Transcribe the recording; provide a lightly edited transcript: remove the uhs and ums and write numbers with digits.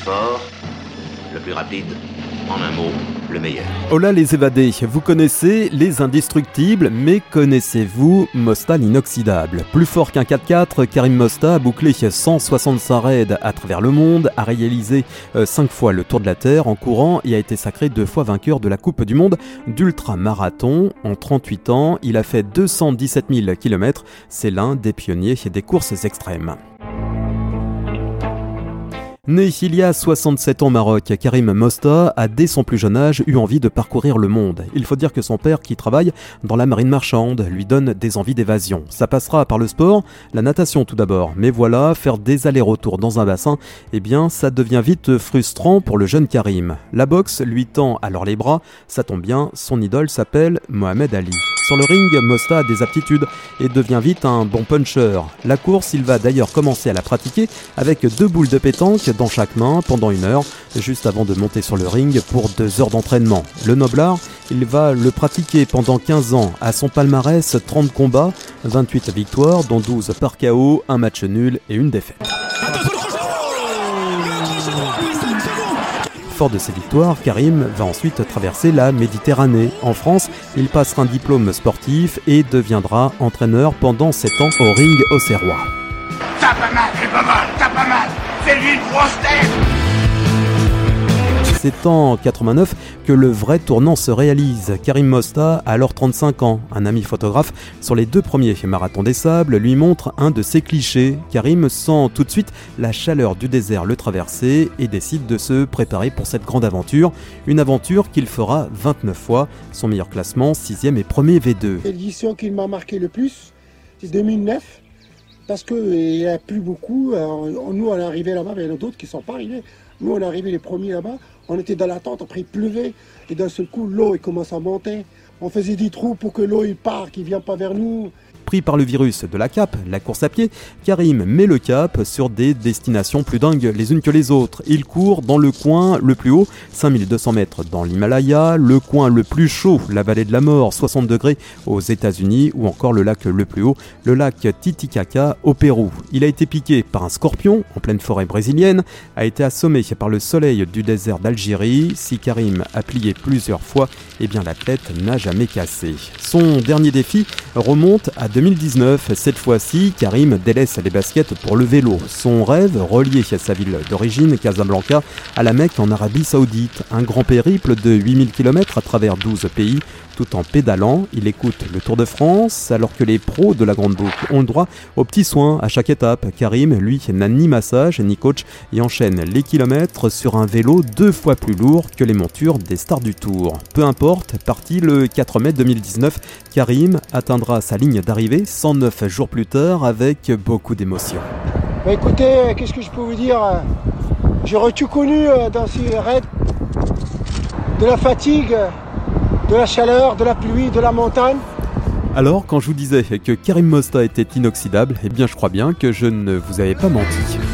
fort, le plus rapide, en un mot, le meilleur. Oh là les évadés, vous connaissez les indestructibles, mais connaissez-vous Mosta l'inoxydable ? Plus fort qu'un 4x4, Karim Mosta a bouclé 165 raids à travers le monde, a réalisé 5 fois le tour de la Terre en courant et a été sacré 2 fois vainqueur de la Coupe du Monde d'ultra-marathon. En 38 ans, il a fait 217 000 km, c'est l'un des pionniers des courses extrêmes. Né il y a 67 ans au Maroc, Karim Mosta a dès son plus jeune âge eu envie de parcourir le monde. Il faut dire que son père, qui travaille dans la marine marchande, lui donne des envies d'évasion. Ça passera par le sport, la natation tout d'abord. Mais voilà, faire des allers-retours dans un bassin, eh bien ça devient vite frustrant pour le jeune Karim. La boxe lui tend alors les bras, ça tombe bien, son idole s'appelle Mohamed Ali. Sur le ring, Mosta a des aptitudes et devient vite un bon puncher. La course, il va d'ailleurs commencer à la pratiquer avec 2 boules de pétanque dans chaque main pendant 1 heure, juste avant de monter sur le ring pour 2 heures d'entraînement. Le noblard, il va le pratiquer pendant 15 ans. À son palmarès, 30 combats, 28 victoires, dont 12 par KO, 1 match nul et 1 défaite. Fort de ses victoires, Karim va ensuite traverser la Méditerranée. En France, il passera un diplôme sportif et deviendra entraîneur pendant 7 ans au ring auxerrois. T'as pas mal, c'est pas mal, t'as pas mal, c'est lui une grosse tête. C'est en 89 que le vrai tournant se réalise. Karim Mosta a alors 35 ans. Un ami photographe, sur les 2 premiers marathons des sables, lui montre un de ses clichés. Karim sent tout de suite la chaleur du désert le traverser et décide de se préparer pour cette grande aventure. Une aventure qu'il fera 29 fois. Son meilleur classement, 6e et premier V2. L'édition qui m'a marqué le plus, c'est 2009. Parce qu'il n'y a plus beaucoup. Nous, on est arrivés là-bas, mais il y en a d'autres qui ne sont pas arrivés. Nous, on est arrivés les premiers là-bas. On était dans la tente, après il pleuvait. Et d'un seul coup, l'eau il commence à monter. On faisait des trous pour que l'eau il part, qu'il ne vienne pas vers nous. Pris par le virus de la cape, la course à pied, Karim met le cap sur des destinations plus dingues les unes que les autres. Il court dans le coin le plus haut, 5200 mètres dans l'Himalaya, le coin le plus chaud, la vallée de la mort, 60 degrés aux États-Unis, ou encore le lac le plus haut, le lac Titicaca au Pérou. Il a été piqué par un scorpion en pleine forêt brésilienne, a été assommé par le soleil du désert d'Algérie. Si Karim a plié plusieurs fois, eh bien l'athlète n'a jamais cassé. Son dernier défi remonte à 2019, cette fois-ci, Karim délaisse les baskets pour le vélo. Son rêve, relier sa ville d'origine, Casablanca, à la Mecque en Arabie Saoudite. Un grand périple de 8000 km à travers 12 pays. Tout en pédalant, il écoute le Tour de France, alors que les pros de la Grande Boucle ont le droit aux petits soins à chaque étape. Karim, lui, n'a ni massage ni coach et enchaîne les kilomètres sur un vélo 2 fois plus lourd que les montures des stars du Tour. Peu importe, parti le 4 mai 2019, Karim atteindra sa ligne d'arrivée 109 jours plus tard avec beaucoup d'émotion. Bah écoutez, qu'est-ce que je peux vous dire ? J'aurais tout connu dans ces raids, de la fatigue, de la chaleur, de la pluie, de la montagne. Alors, quand je vous disais que Karim Mosta était inoxydable, eh bien je crois bien que je ne vous avais pas menti.